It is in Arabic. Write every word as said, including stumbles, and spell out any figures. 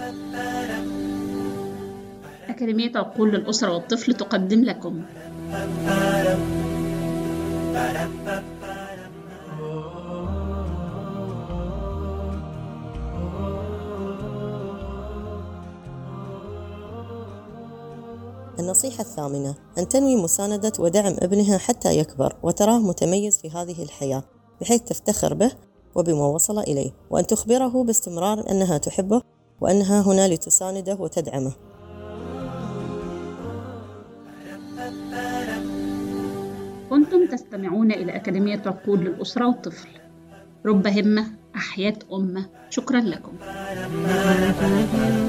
أكاديمية عقول للأسرة والطفل تقدم لكم النصيحة الثامنة: أن تنوي مساندة ودعم ابنها حتى يكبر وتراه متميز في هذه الحياة، بحيث تفتخر به وبما وصل إليه، وأن تخبره باستمرار أنها تحبه وأنها هنا لتسانده وتدعمه. كنتم تستمعون إلى أكاديمية عقول للأسرة والطفل. رب همة أحياء أمة. شكرا لكم.